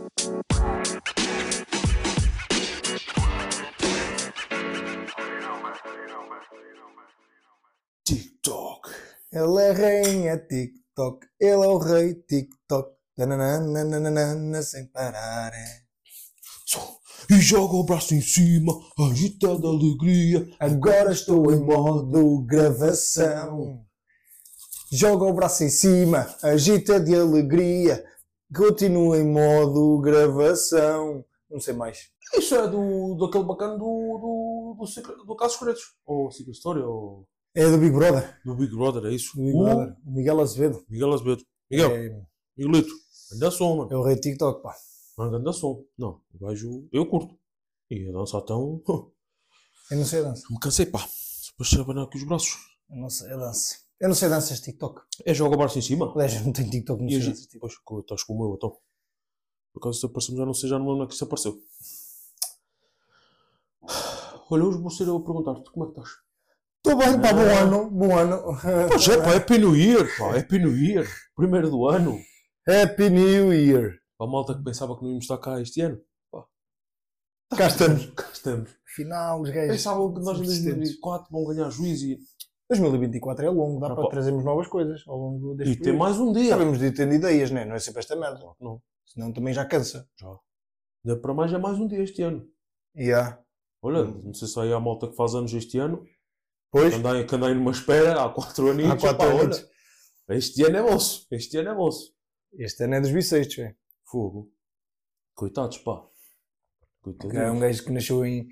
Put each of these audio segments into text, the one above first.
TikTok. Ele é rainha TikTok. Ele é o rei TikTok. Nananana, sem parar. E joga o braço em cima, agita de alegria. Agora estou em modo gravação. Joga o braço em cima, agita de alegria. Continua em modo gravação. Não sei mais. Isso é daquele bacana do Casos Secretos. Ou Secret Story, ou... É do Big Brother. Do Big Brother, é isso. Do Big Brother. O Miguel Azevedo. Miguel Azevedo. Miguel, Miguelito, anda som, mano. É o rei TikTok, pá. Anda som. Não, o gajo, eu curto. E a dança tão... Eu não sei a dança. Me cansei, pá. Depois se abanar aqui os braços. Eu não sei a dança. Eu não sei danças TikTok. É joga o braço em cima. Aliás, eu não tenho TikTok, não sei danças TikTok. Pois, estás com o meu, então. Por acaso se apareceu, já não sei, já não lembro onde é que isso apareceu. Olha, hoje vou ser eu a perguntar-te, como é que estás? Estou bem, pá, bom ano, bom ano. Pois é, pá, Happy New Year, pá, Happy New Year. Primeiro do ano. Happy New Year. Para a malta que pensava que não íamos estar cá este ano. Pá. Cá estamos. Cá estamos. Afinal, os gajos... Pensavam que nós em 2024 vão ganhar juízo e... 2024 é longo, dá para trazermos novas coisas ao longo deste período. E tem mais um dia. Sabemos de ter ideias, né? Não é sempre esta merda. Não. Senão também já cansa. Já. Ainda para mais é mais um dia este ano. Yeah. Olha, não sei se aí há malta que faz anos este ano. Pois. Que andai numa espera há 4 aninhos. Há 4 anos. Este ano é moço. Este ano é moço. Este ano é dos bissextos, é. Fogo. Coitados, pá. Coitados. É um gajo que nasceu em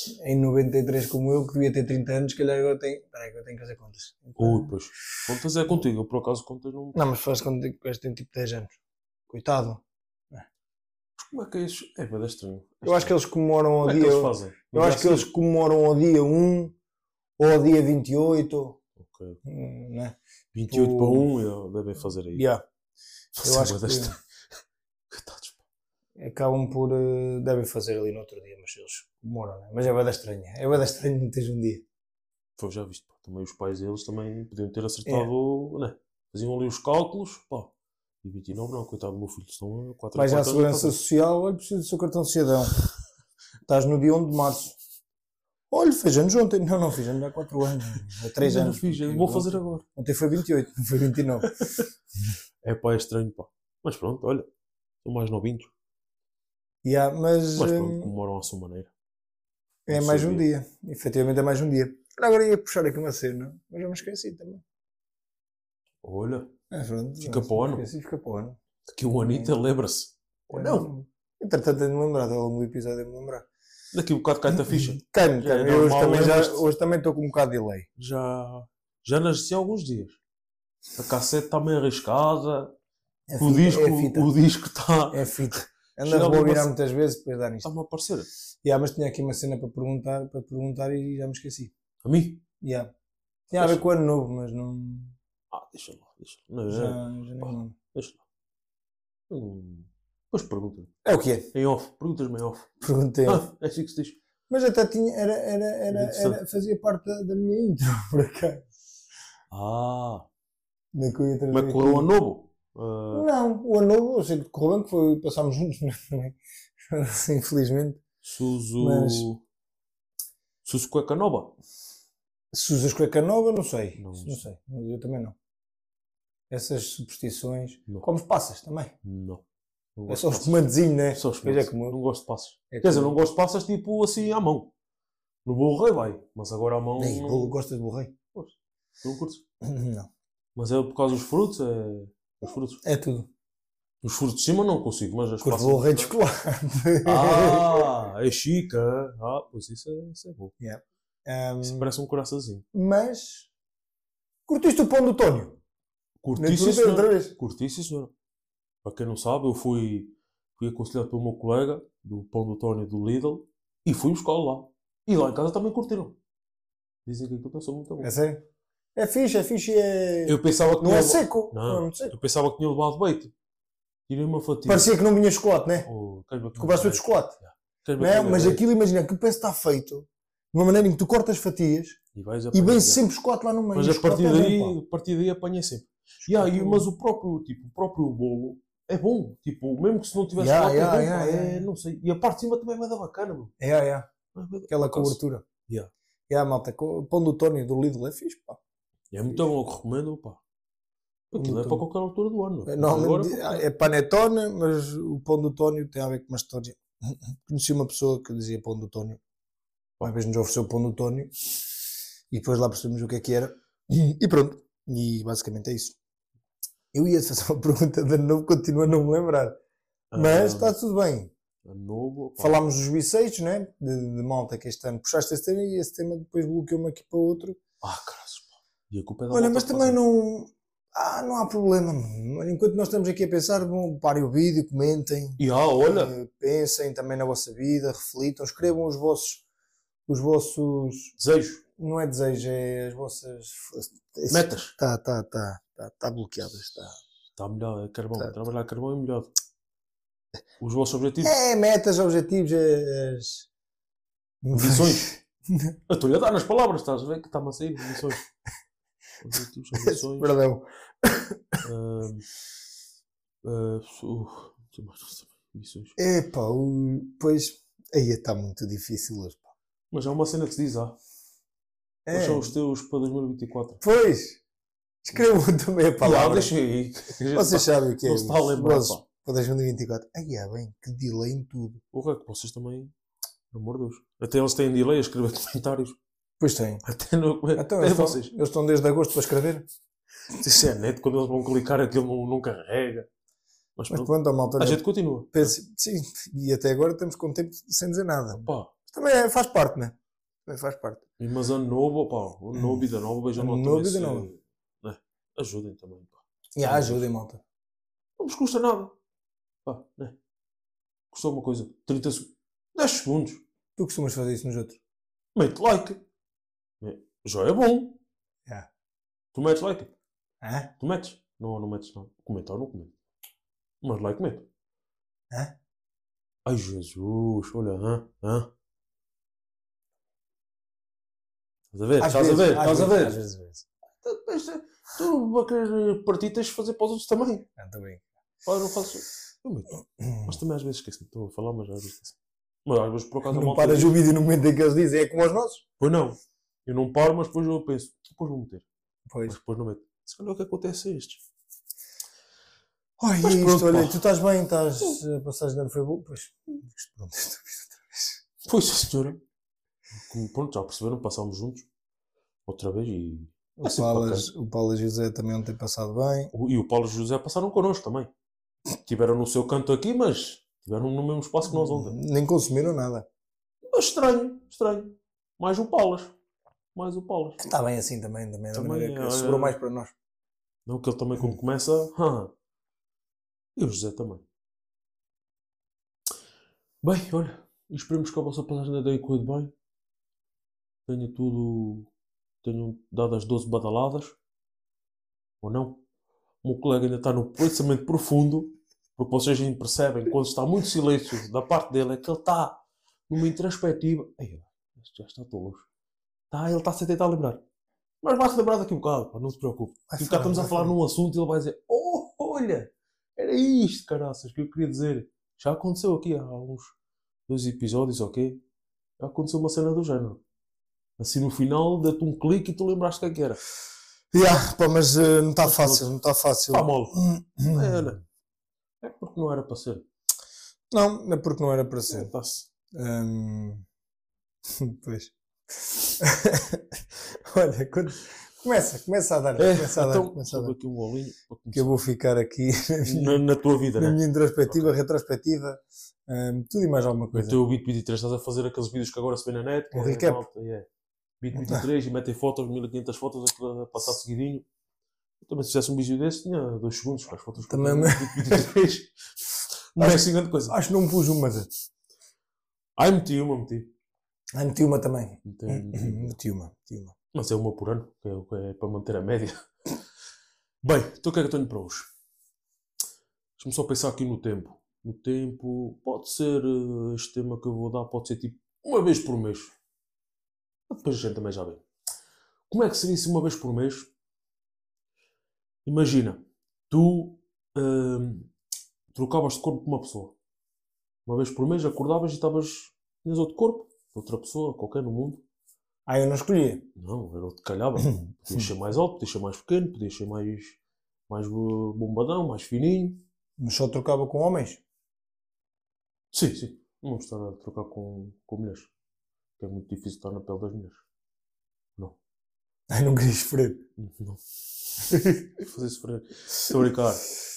93 como eu, que devia ter 30 anos, se calhar agora tem... Espera aí que eu tenho que fazer contas. Ui, pois. Contas é contigo. Eu, por acaso, contas não... Não, mas faz quando o gajo tem tipo 10 anos. Coitado. Mas como é que é isso? É bem estranho. Eu acho que eles comemoram ao dia... Eles fazem? Eu acho que eles comemoram ao dia 1 ou ao dia 28. Ok. Né? 28 para 1, devem fazer aí. Yeah. Eu acho que... Coitados, pá. Acabam por... devem fazer ali no outro dia, mas eles comemoram, né? Mas é bem estranha. É bem estranho não teres um dia. Foi, já viste, pá. Também os pais deles também podiam ter acertado, né? Faziam ali os cálculos, pá. E 29 não, coitado do meu filho, estão a 4 Vais à Segurança Social, olha, preciso do seu cartão de cidadão. Estás no dia 1 de março. Olha, fez anos ontem. Não, fiz anos há 4 anos. Há 3 anos. Não fiz, vou fazer agora. Ontem foi 28, não foi 29. É pá, é estranho, pá. Mas pronto, olha, são mais novinhos. Mas pronto, comemoram à sua maneira. É mais um dia. Efetivamente é mais um dia. Agora ia puxar aqui uma cena, mas já me esqueci também. Olha, pronto, fica para o ano. Fica para o ano. Daqui um anito lembra-se. Ou não? Entretanto, tenho de me lembrar, ao longo do episódio de me lembrar. Daqui um bocado cai-te a ficha. Cai-me. Hoje também estou com um bocado de delay. Já nasci há alguns dias. A cassete está meio arriscada. O disco está... É fita. Anda a rebobinar muitas vezes, depois dá nisto. Está-me a aparecer. Mas tinha aqui uma cena para perguntar e já me esqueci. A mim? Tinha a ver com o ano novo, mas não... deixa lá. Não, já não. Deixa lá. Depois pergunta-me. É o que é? Em off. Perguntas-me em off. Perguntei. É assim que se diz. Mas até tinha... fazia parte da minha intro, por acaso. Como é que correu o ano novo? Não, o ano novo, eu sei que correu bem, que foi, passámos juntos, infelizmente. Suso Cueca Nova? Suso Cueca Nova, não sei. Não sei, eu também não. Essas superstições. Não. Comes passas também? Não é só os comandezinhos, né? Só os comandes. Não gosto de passas. Quer dizer, não gosto de passas tipo assim à mão. No bolo rei vai, mas agora à mão... Gostas de bolo rei? Gosto. Não curtes? Não. Mas é por causa dos frutos? Os frutos? É tudo. Os frutos de cima não consigo, mas as passas... bolo rei de chocolate. É chique. Pois isso é bom. Yeah. Isso parece um coraçãozinho. Mas... Curtiste o pão do Tónio? Curti, sim, senhora. Para quem não sabe, eu fui aconselhado pelo meu colega do Pão do Tónio do Lidl e fui buscar lá. E lá em casa também curtiram. Dizem que aquilo não sou muito bom. É sério? É fixe. Eu pensava que não é seco. Não, eu pensava que tinha levado leite. Tirei uma fatia. Parecia que não vinha chocolate, né? Compraste de chocolate. Não, mas aquilo, imagina, aquilo parece que está feito de uma maneira em que tu cortas fatias e vem sempre chocolate lá no meio. Mas a partir daí apanhei sempre. Mas o próprio bolo é bom. Tipo, mesmo que se não tivesse Yeah, foto, é yeah, bom, yeah, pá, yeah. não sei. E a parte de cima também vai dar bacana, meu. É, é. Aquela Por acaso. cobertura. Yeah. Malta, o pão do Tony do Lidl é fixe, pá. É muito bom, eu recomendo, pá. Aquilo é para qualquer altura do ano. Normalmente é panetone, mas o pão do Tónio tem a ver com uma história. Conheci uma pessoa que dizia pão do Tónio. Uma vez nos ofereceu o pão do Tónio e depois lá percebemos o que era. E pronto. E basicamente é isso. Eu ia-te fazer uma pergunta de novo, continuo a não me lembrar. Mas está tudo bem. Novo, falámos dos viceiros, né? De malta que este ano puxaste esse tema e esse tema depois bloqueou-me aqui para outro. Caras, pá. E a culpa é da Olha, mas também não há problema. Enquanto nós estamos aqui a pensar, parem o vídeo, comentem. Olha. Pensem também na vossa vida, reflitam, escrevam os vossos desejos. Não é desejo, é as vossas metas. Está bloqueado. Está melhor, é carvão. Trabalhar carvão é melhor. Os vossos objetivos? Metas, objetivos, ambições. Eu estou-lhe a dar nas palavras, estás a ver que está-me a sair, ambições. Objetivos, ambições. Perdão. Ambições. Epá, pois, aí está muito difícil hoje. Mas há uma cena que se diz, quais são os teus para 2024? Pois, escrevam também a palavra. Deixa aí. Vocês sabem o que é. Não se está a lembrar, para 2024. Aí bem, que delay em tudo. Porra, que vocês também, pelo amor de Deus. Até eles têm delay a escrever comentários. Pois têm. Até no... Então, eles estão desde agosto para escrever. Isso é neto, quando eles vão clicar aquilo não carrega. Mas pronto, a malta. A gente continua. Sim, e até agora estamos com tempo sem dizer nada. Pá. Também faz parte, né? Também faz parte. Mas ano novo, pá, ano novo, vida nova, vejam lá também se... Né? Ajudem também, pá. Ajudem, malta. Não vos custa nada. Pá, né? Custa uma coisa. 30 segundos. 10 segundos. Tu costumas fazer isso nos outros? Mete like. Já é bom. Yeah. Tu metes like? Tu metes? Não metes não. Comentar não comento. Mas like meto. Ai Jesus, olha, Estás a ver? Estás a ver? Às vezes. Tu a querer partir tens de fazer para os outros também. Também. Olha, não faço. Mas também às vezes esqueço-me. Estou a falar, mas às vezes esqueço-me. Mas às vezes por acaso não paras o vídeo no momento em que eles dizem, é como os nossos? Pois não. Eu não paro, mas depois eu penso, depois vou meter. Pois. Mas depois não meto. Se calhar o que acontece é estes. Mas pronto, olha, tu estás bem, a passagem de ano foi boa, pois. Pronto, esta vez outra vez. Pois, senhora. Pronto, já perceberam, passámos juntos. Outra vez e... O Paulo e o José também ontem passado bem. E o Paulo e o José passaram connosco também. Estiveram no seu canto aqui, mas estiveram no mesmo espaço que nós ontem. Nem consumiram nada. Mas estranho. Mais o Paulo. Está bem assim também da maneira que sobrou mais para nós. Não, que ele também quando começa... E o José também. Bem, olha, esperemos que a vossa passagem tenha corrido bem. Tenham dado as 12 badaladas. Ou não? O meu colega ainda está no pensamento profundo. Porque vocês ainda percebem, quando está muito silêncio da parte dele, é que ele está numa introspectiva. Este já está tolo. Ele está-se a tentar lembrar. Mas vai-se lembrar daqui a um bocado, pá, não se preocupe. E cá estamos a falar num assunto e ele vai dizer: olha, era isto, caraças, que eu queria dizer. Já aconteceu aqui há uns 2 episódios, ok? Já aconteceu uma cena do género. Assim no final, deu-te um clique e tu lembraste o que era. Mas não está fácil, não está fácil. Está mole. Olha, é porque não era para ser. Não, é porque não era para ser. Está-se. Pois. Olha, começa a dar. Começa a dar. Aqui um golinho que eu vou ficar aqui na tua vida, na minha introspectiva, retrospectiva, tudo e mais alguma coisa. O teu Beat 23, estás a fazer aqueles vídeos que agora se vê na net. O recap. Beat 23 e metem fotos, 1500 fotos a passar seguidinho. Eu também se fizesse um vídeo desse tinha 2 segundos para as fotos. Também Beat 23. Não é assim grande coisa. Acho que não pus uma. Meti uma. Meti uma também. Meti uma. Mas é uma por ano, que é para manter a média. Bem, então o que é que eu tenho para hoje? Deixa-me só pensar aqui no tempo. No tempo, pode ser, este tema que eu vou dar, pode ser tipo uma vez por mês. Depois a gente também já vê. Como é que seria se uma vez por mês? Imagina, tu trocavas de corpo com uma pessoa. Uma vez por mês acordavas e tinhas outro corpo, de outra pessoa, qualquer no mundo. Ah, eu não escolhia. Não, era o que calhava. Podias ser mais alto, podias ser mais pequeno, podias ser mais bombadão, mais fininho. Mas só trocava com homens. Sim, sim. Não vamos estar a trocar com mulheres. Que é muito difícil estar na pele das mulheres. Não. Ai, não queria sofrer. Não. Fazer sofrer. Estou a brincar.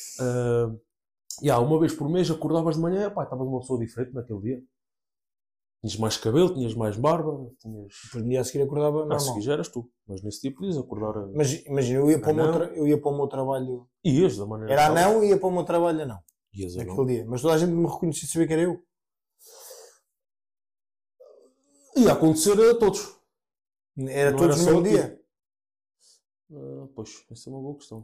Uma vez por mês acordavas de manhã, pá, estavas uma pessoa diferente naquele dia. Tinhas mais cabelo, tinhas mais barba, tinhas... Depois no dia a seguir acordava Ah, se normal. quiser eras tu. Mas nesse dia podias acordar... Mas imagina, eu ia para Anão. eu ia para o meu trabalho. Ias da maneira Era que estava. anão e ia para o meu trabalho anão. Ias anão. Naquele dia. Mas toda a gente me reconhecia e sabia que era eu. Ia acontecer a todos. Era Não todos era no só mesmo a ti. dia. Pois, essa é uma boa questão.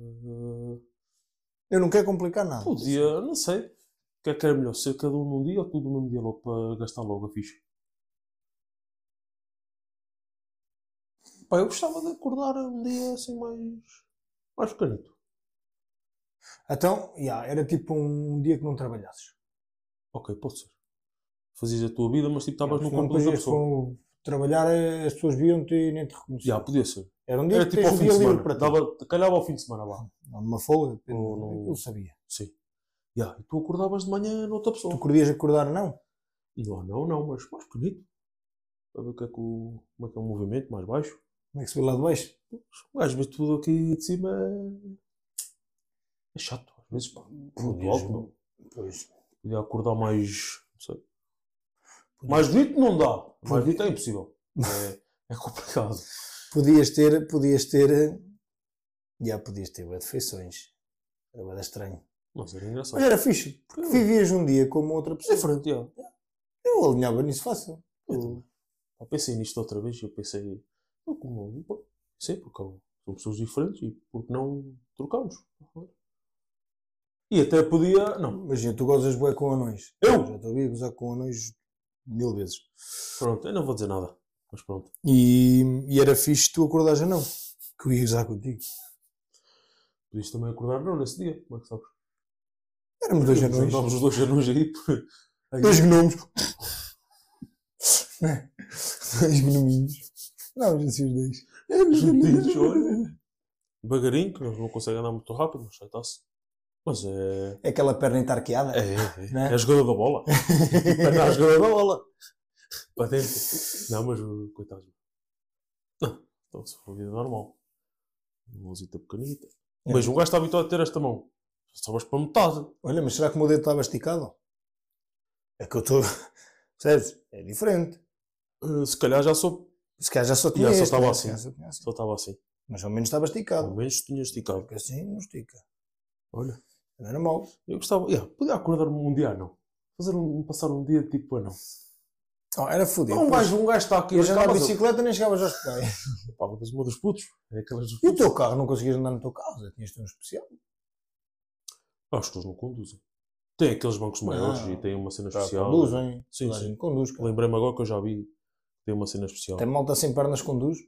Eu não quero complicar nada. Podia, não sei. O que era melhor? Ser cada um num dia ou tudo no mesmo dia logo para gastar logo a ficha? Pá, eu gostava de acordar um dia assim mais pequenito. Então, era tipo um dia que não trabalhasses. Ok, pode ser. Fazias a tua vida, mas tipo estavas no Senão computador da depois pessoa. com trabalhar, as pessoas viam-te e nem te reconheciam. Podia ser. Era um dia Era que tipo tens ao um fim dia de livre semana. para ti. Calhava ao fim de semana lá. Não, numa folga, depende. Ou num- Eu sabia. Sim. E tu acordavas de manhã noutra Tu pessoa. querias acordar, não? Não, mas mais pequenito. Para ver como é que é o movimento, mais baixo. Como é que se vê lá de baixo? O gajo vê tudo aqui de cima é chato, às vezes, pá. Muito alto, não. Pois. Podia acordar mais, não sei. Mais bonito não dá. Mais bonito é impossível. É complicado. Podias ter podias ter bué de feições. Era bué de estranho. Mas era engraçado. Mas era fixe, porque vivias um dia como outra pessoa. Diferente, Eu alinhava nisso fácil. Eu pensei nisto outra vez, eu pensei, pensei, porque são pessoas diferentes e porque não trocamos? E até podia, não. Imagina, tu gozas bué com anões. Eu? Já te ouvi gozar com anões 1000 vezes. Pronto, eu não vou dizer nada, mas pronto. E era fixe tu acordares a não. Que eu ia gozar contigo. Podias também acordar não nesse dia, como é que sabes? Éramos dois anões. Juntámos os dois anões aí. Dois gnomos. Dois gnominhos. Não, já sei os dois. Juntinhos, olha. Devagarinho, que eles não conseguem andar muito rápido, mas está-se. Mas é. É aquela perna entarqueada. É a jogador da bola. É a jogador da bola. Para dentro. Não, mas coitados. Não, então se for a vida normal. Uma mãozita pequenita. Mas um gajo está habituado a ter esta mão. Só vais para metade. Olha, mas será que o meu dedo estava esticado? É que eu estou. Percebes? É diferente. Se calhar já sou. Se calhar já só tinha Já só este, estava né? assim. Já só tinha assim. Só estava assim. Mas ao menos estava esticado. Ao menos tinha esticado. Porque assim não estica. Olha. Não era mau. Eu gostava. Podia acordar-me um dia, não. Passar um dia tipo, não. Oh, era fodido. Um gajo está aqui. Eu já andava de bicicleta nem chegavas aos pés. Pá, mas uma dos putos. É aquelas dos E o putos. teu carro? Não conseguias andar no teu carro? Já tinhas um especial. Acho que eles não conduzem. Tem aqueles bancos maiores Não. e tem uma cena Já especial. conduzem. Sim, Toda a sim. gente conduz, cara. Lembrei-me agora que eu já vi. Tem uma cena especial. Até malta sem pernas conduz.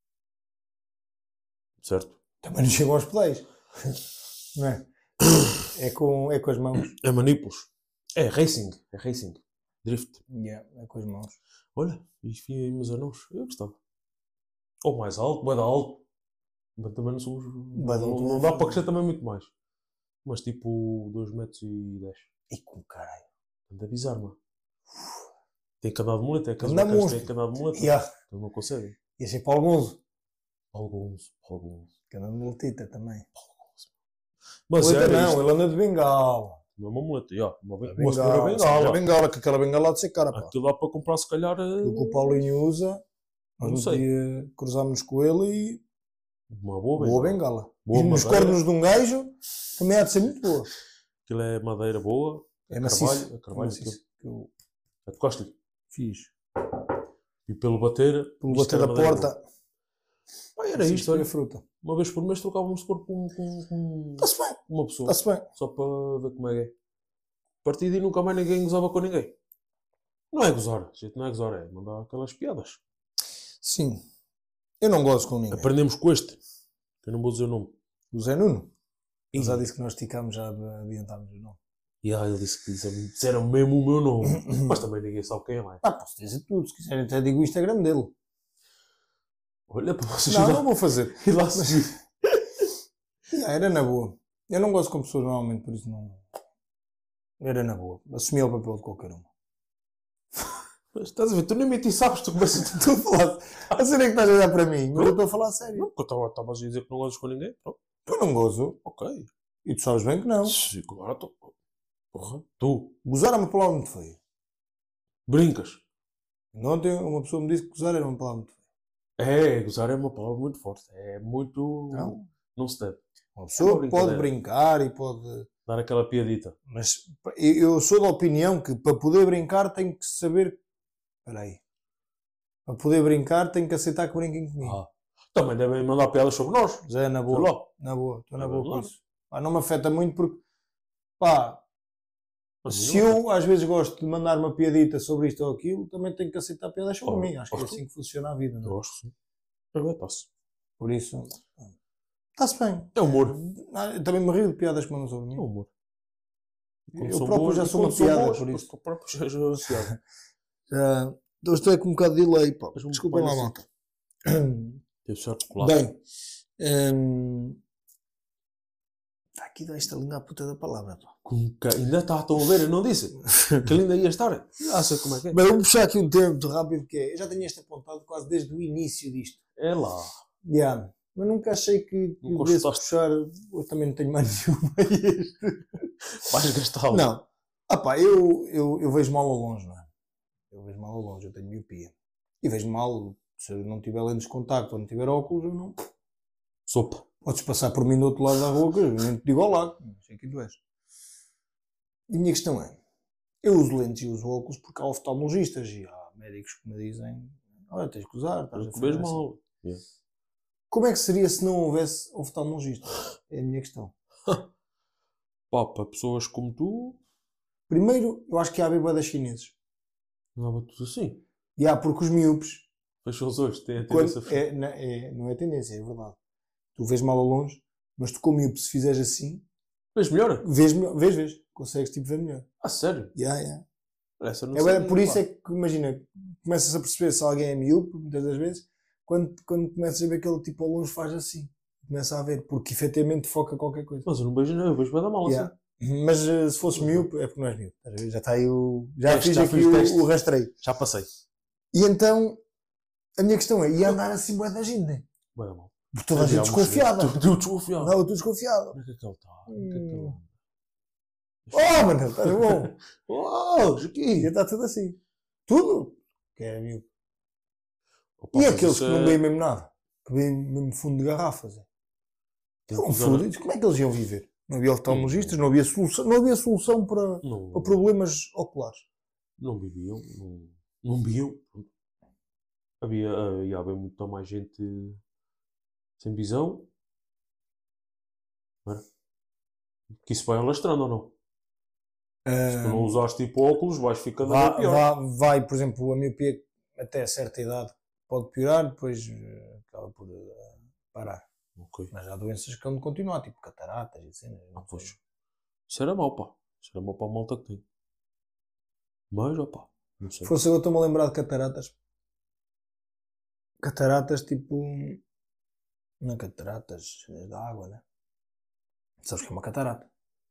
Certo? Também não chegam aos pedais. Não é? É com as mãos. É manipulos. É racing. É racing. Drift. É com as mãos. Olha, e enfim, meus anãos. Eu gostava. Ou mais alto, bué da alto. Mas também não somos. Bué de alto, Não não dá é? para crescer também muito mais. Mas tipo 2,10 m. E com caralho. Anda bizarro, mano. Tem que andar de muleta. É aqueles Anda bacanas que monstro. têm que andar de muleta. Então não conseguem. Ia ser para alguns. Alguns. Que anda de muletita também. Mas Muleta era não, isto. ele anda de bengala. Não é uma muleta. Uma Bengala. bengala. Bengala, que aquela bengala há de ser cara, pá. Aquilo dá para comprar se calhar. O que o Paulinho usa, nós Não no sei. dia cruzámos com ele e Uma boa boa bengala. bengala. Boa E nos madeira. cornos de um gajo também há de ser muito boa. Aquilo é madeira boa. É maciço. É carvalho. maciço. Que eu É de costa-lhe. fiz. E pelo bater. Pelo isto bater era da madeira porta. boa. Pá, era assim, isto, olha. a fruta. Uma vez por mês trocávamos de corpo com Está-se bem. uma pessoa. Está-se bem. Só para ver como é que é. A partir daí nunca mais ninguém gozava com ninguém. Não é gozar. Gente, não é gozar. É mandar aquelas piadas. Sim. Eu não gosto com ninguém. Aprendemos com este. Que eu não vou dizer o nome. O Zé Nuno. Ele Ih. já disse que nós esticámos, já adiantámos o nome. E aí ele disse que disseram mesmo o meu nome. Mas também ninguém sabe quem é mais. Posso dizer tudo, se quiserem até digo o Instagram dele. Olha para vocês Não, ir lá, não vou fazer. ir lá seguir. Era na boa. Eu não gosto com pessoas normalmente, por isso não. Era na boa. Assumia o papel de qualquer um. Mas estás a ver, tu nem me sabes, tu começas a... Estou a falar. A sério é que estás a olhar para mim, mas eu estou a falar a sério. Não, porque eu estavas a dizer que não gostas com ninguém. Pronto. Eu não gozo. Ok. E tu sabes bem que não. Sim, agora estou... Porra, tu Gozar é uma palavra muito feia. brincas. Ontem uma pessoa me disse que gozar era uma palavra muito feia. É, gozar é uma palavra muito forte. É muito... Não. Não se deve. Uma pessoa É uma pode brincadeira. brincar e pode. Dar aquela piadita. Mas eu sou da opinião que para poder brincar tenho que saber. Espera aí. Para poder brincar tenho que aceitar que brinquem comigo. Ah. Também devem mandar piadas sobre nós. Mas é na Sei boa. lá. Na boa. Estou na É boa com verdade. isso. Pá, não me afeta muito porque. Pá, Mas se eu às vezes gosto de mandar uma piadita sobre isto ou aquilo, também tenho que aceitar piadas sobre mim. Acho que é gosto. assim que funciona a vida. Eu Não? é? gosto, sim. Está-se. Por isso. Está-se bem. É humor. Eu também me rio de piadas que mandam sobre É mim. humor. Eu próprio já sou uma piada, por isso. Tu próprio já és uma piada. Eu estou com um bocado de delay, pá. És um Desculpem lá, palhaço. malta. Teve certo claro. Bem, está aqui desta língua à puta da palavra, pá. Ainda está, estão a ver, eu não disse. Que ele ainda ia estar. Já sei como é que é. Bem, vou puxar aqui um termo muito rápido, que é, eu já tenho este apontado quase desde o início disto. É lá. Yeah. Mas nunca achei que Nunca o desse gostaste. puxar, eu também não tenho mais nenhuma a este. Vais gastá-lo. Não. Ah pá, eu vejo mal ao longe, não é? Eu vejo mal ao longe, eu tenho miopia. E vejo mal, se eu não tiver lentes de contacto ou não tiver óculos, eu não... Sopa. Podes passar por mim do outro lado da rua, que eu nem te digo olá, não sei quem tu és. E a minha questão é, eu uso lentes e uso óculos porque há oftalmologistas e há médicos que me dizem, olha, tens que usar, estás a Eu vejo fazer assim. mal. Yeah. Como é que seria se não houvesse oftalmologista? É a minha questão. Pá, para pessoas como tu, Primeiro, eu acho que há bebadas chineses. não há tudo assim. E há porque os miúpes, Fecha os olhos, tem a quando, tendência não é tendência, é verdade. Tu vês mal ao longe, mas tu com miúpe, se fizeres assim, Vês melhor? vês melhor, vês. Consegues tipo ver melhor. Ah, sério? Yeah. Essa eu não É, sabia, por isso pá. é que, imagina, começas a perceber se alguém é miúpe, muitas das vezes, quando começas a ver que ele tipo ao longe faz assim. Começa a ver, porque efetivamente foca qualquer coisa. Mas eu não vejo, não. Eu vejo bem da mal Yeah. assim. Mas se fosse miúpe, é porque não és miúpe. Estás a ver? Já está aí o. Já Teste, fiz já aqui fiz o teste. o rastreio. Já passei. E então, a minha questão é: e andar assim bué da gente? Bem da mal. Porque toda a gente desconfiada. Tu desconfiado. Não, eu estou desconfiado. Onde é que ele está? Onde é que ele anda? Oh, mano, estás bom. Oh, E Joaquim. está tudo assim. Tudo. Que é miúpe. Opa, E mas aqueles isso que não bebem mesmo nada? Que bebem mesmo fundo de garrafas. tem Não, que usar- fodidos, como é que eles iam viver? Não havia oftalmologistas, não havia solução para Não, problemas oculares. não viviam. Não viam. Havia bem muita mais gente sem visão. Não era? Que isso vai alastrando ou não? Se tu não usares tipo óculos, vais ficando a ver pior. Vai, por exemplo, a miopia até certa idade pode piorar, depois acaba por parar. Ok. Mas há doenças que vão continuar, tipo cataratas e cenas. Ah, pois. Isso era mau, pá. Isso era mau para a malta que tem. Mas, opá, não sei. Se fosse eu, estou-me a lembrar de cataratas. Cataratas tipo. Não é cataratas da água, né? Sabes o que é uma catarata?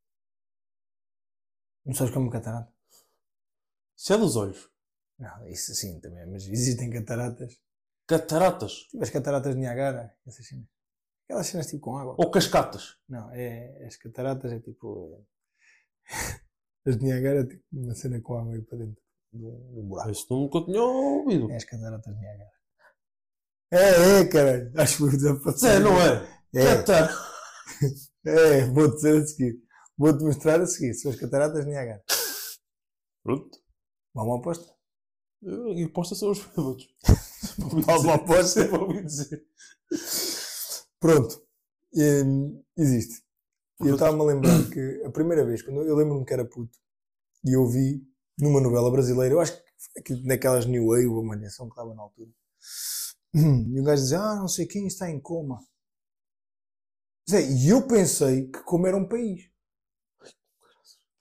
Não sabes o que é uma catarata? Isso é dos olhos. Não, isso sim também, mas existem cataratas. Cataratas. Tipo as cataratas de Niagara, essas cenas. Aquelas cenas tipo com água. Ou cascatas. Não, as cataratas é tipo. As de Niagara é tipo uma cena com água aí para dentro de um buraco. Isso nunca tinha ouvido. É as cataratas de Niagara. Caralho. Acho que vou dizer para É, não é? Catar. Vou-te dizer a seguir. Vou-te mostrar a seguir. São as cataratas de Niagara. Pronto. Vá uma aposta. E aposta são os bêbados. Vá uma aposta. Vou ouvir dizer. Pronto. Existe. E eu estava-me a lembrar que a primeira vez, quando eu lembro-me que era puto, e eu vi numa novela brasileira, eu acho que naquelas New Wave, a malhação que estava na altura, e o gajo dizia, não sei quem está em coma. E eu pensei que como era um país.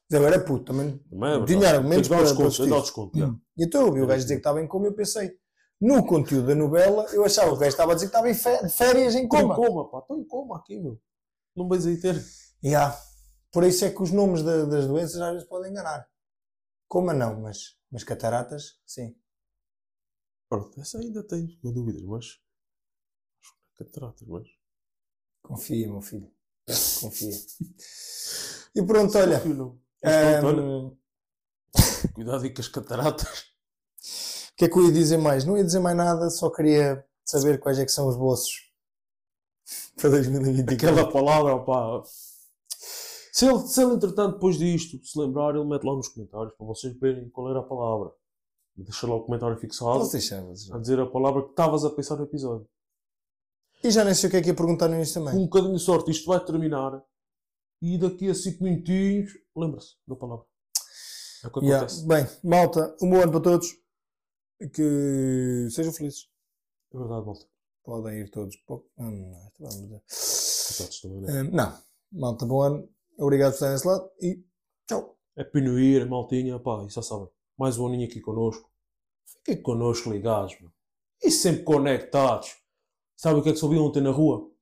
Agora é puto, também Não é verdade. tinha argumentos Tem que dar para desconto, tem que dar discutir. desconto, E então eu ouvi o gajo dizer que estava em coma e eu pensei, no conteúdo da novela, eu achava que o gajo estava a dizer que estava em férias em Estou em coma. coma, pá. Estou em coma aqui, meu. Não vais aí ter. Yeah. Por isso é que os nomes das doenças às vezes podem enganar. Coma não, mas cataratas, sim. Pronto, essa ainda tenho dúvidas, mas... Acho que é cataratas, mas... Confia, meu filho. Confia. E pronto, olha. Confio, não. Mas pronto, olha. Cuidado aí com as cataratas. O que é que eu ia dizer mais? Não ia dizer mais nada, só queria saber quais é que são os vossos para 2024. Aquela palavra, pá. Se ele, entretanto, depois disto, se lembrar, ele mete lá nos comentários para vocês verem qual era a palavra. Deixa lá o comentário fixado Posso deixar, a dizer a palavra que estavas a pensar no episódio. E já nem sei o que é que ia perguntar no início também. Com um bocadinho de sorte, isto vai terminar. E daqui a 5 minutinhos, lembra-se da palavra. É o que acontece. Bem, malta, um bom ano para todos. Que sejam felizes. É verdade, malta. Podem ir todos. Coitados também, né? Não. Malta, bom ano. Obrigado por estarem desse lado e tchau. É Pinuir, maltinha, pá, e já sabem. Mais um aninho aqui connosco. Fiquem connosco ligados, meu. E sempre conectados. Sabe o que é que se ouvia ontem na rua?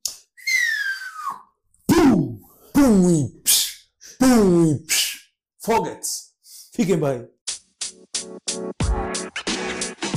Pum! Pum e psh! Pum e psh! Foguete-se. Fiquem bem.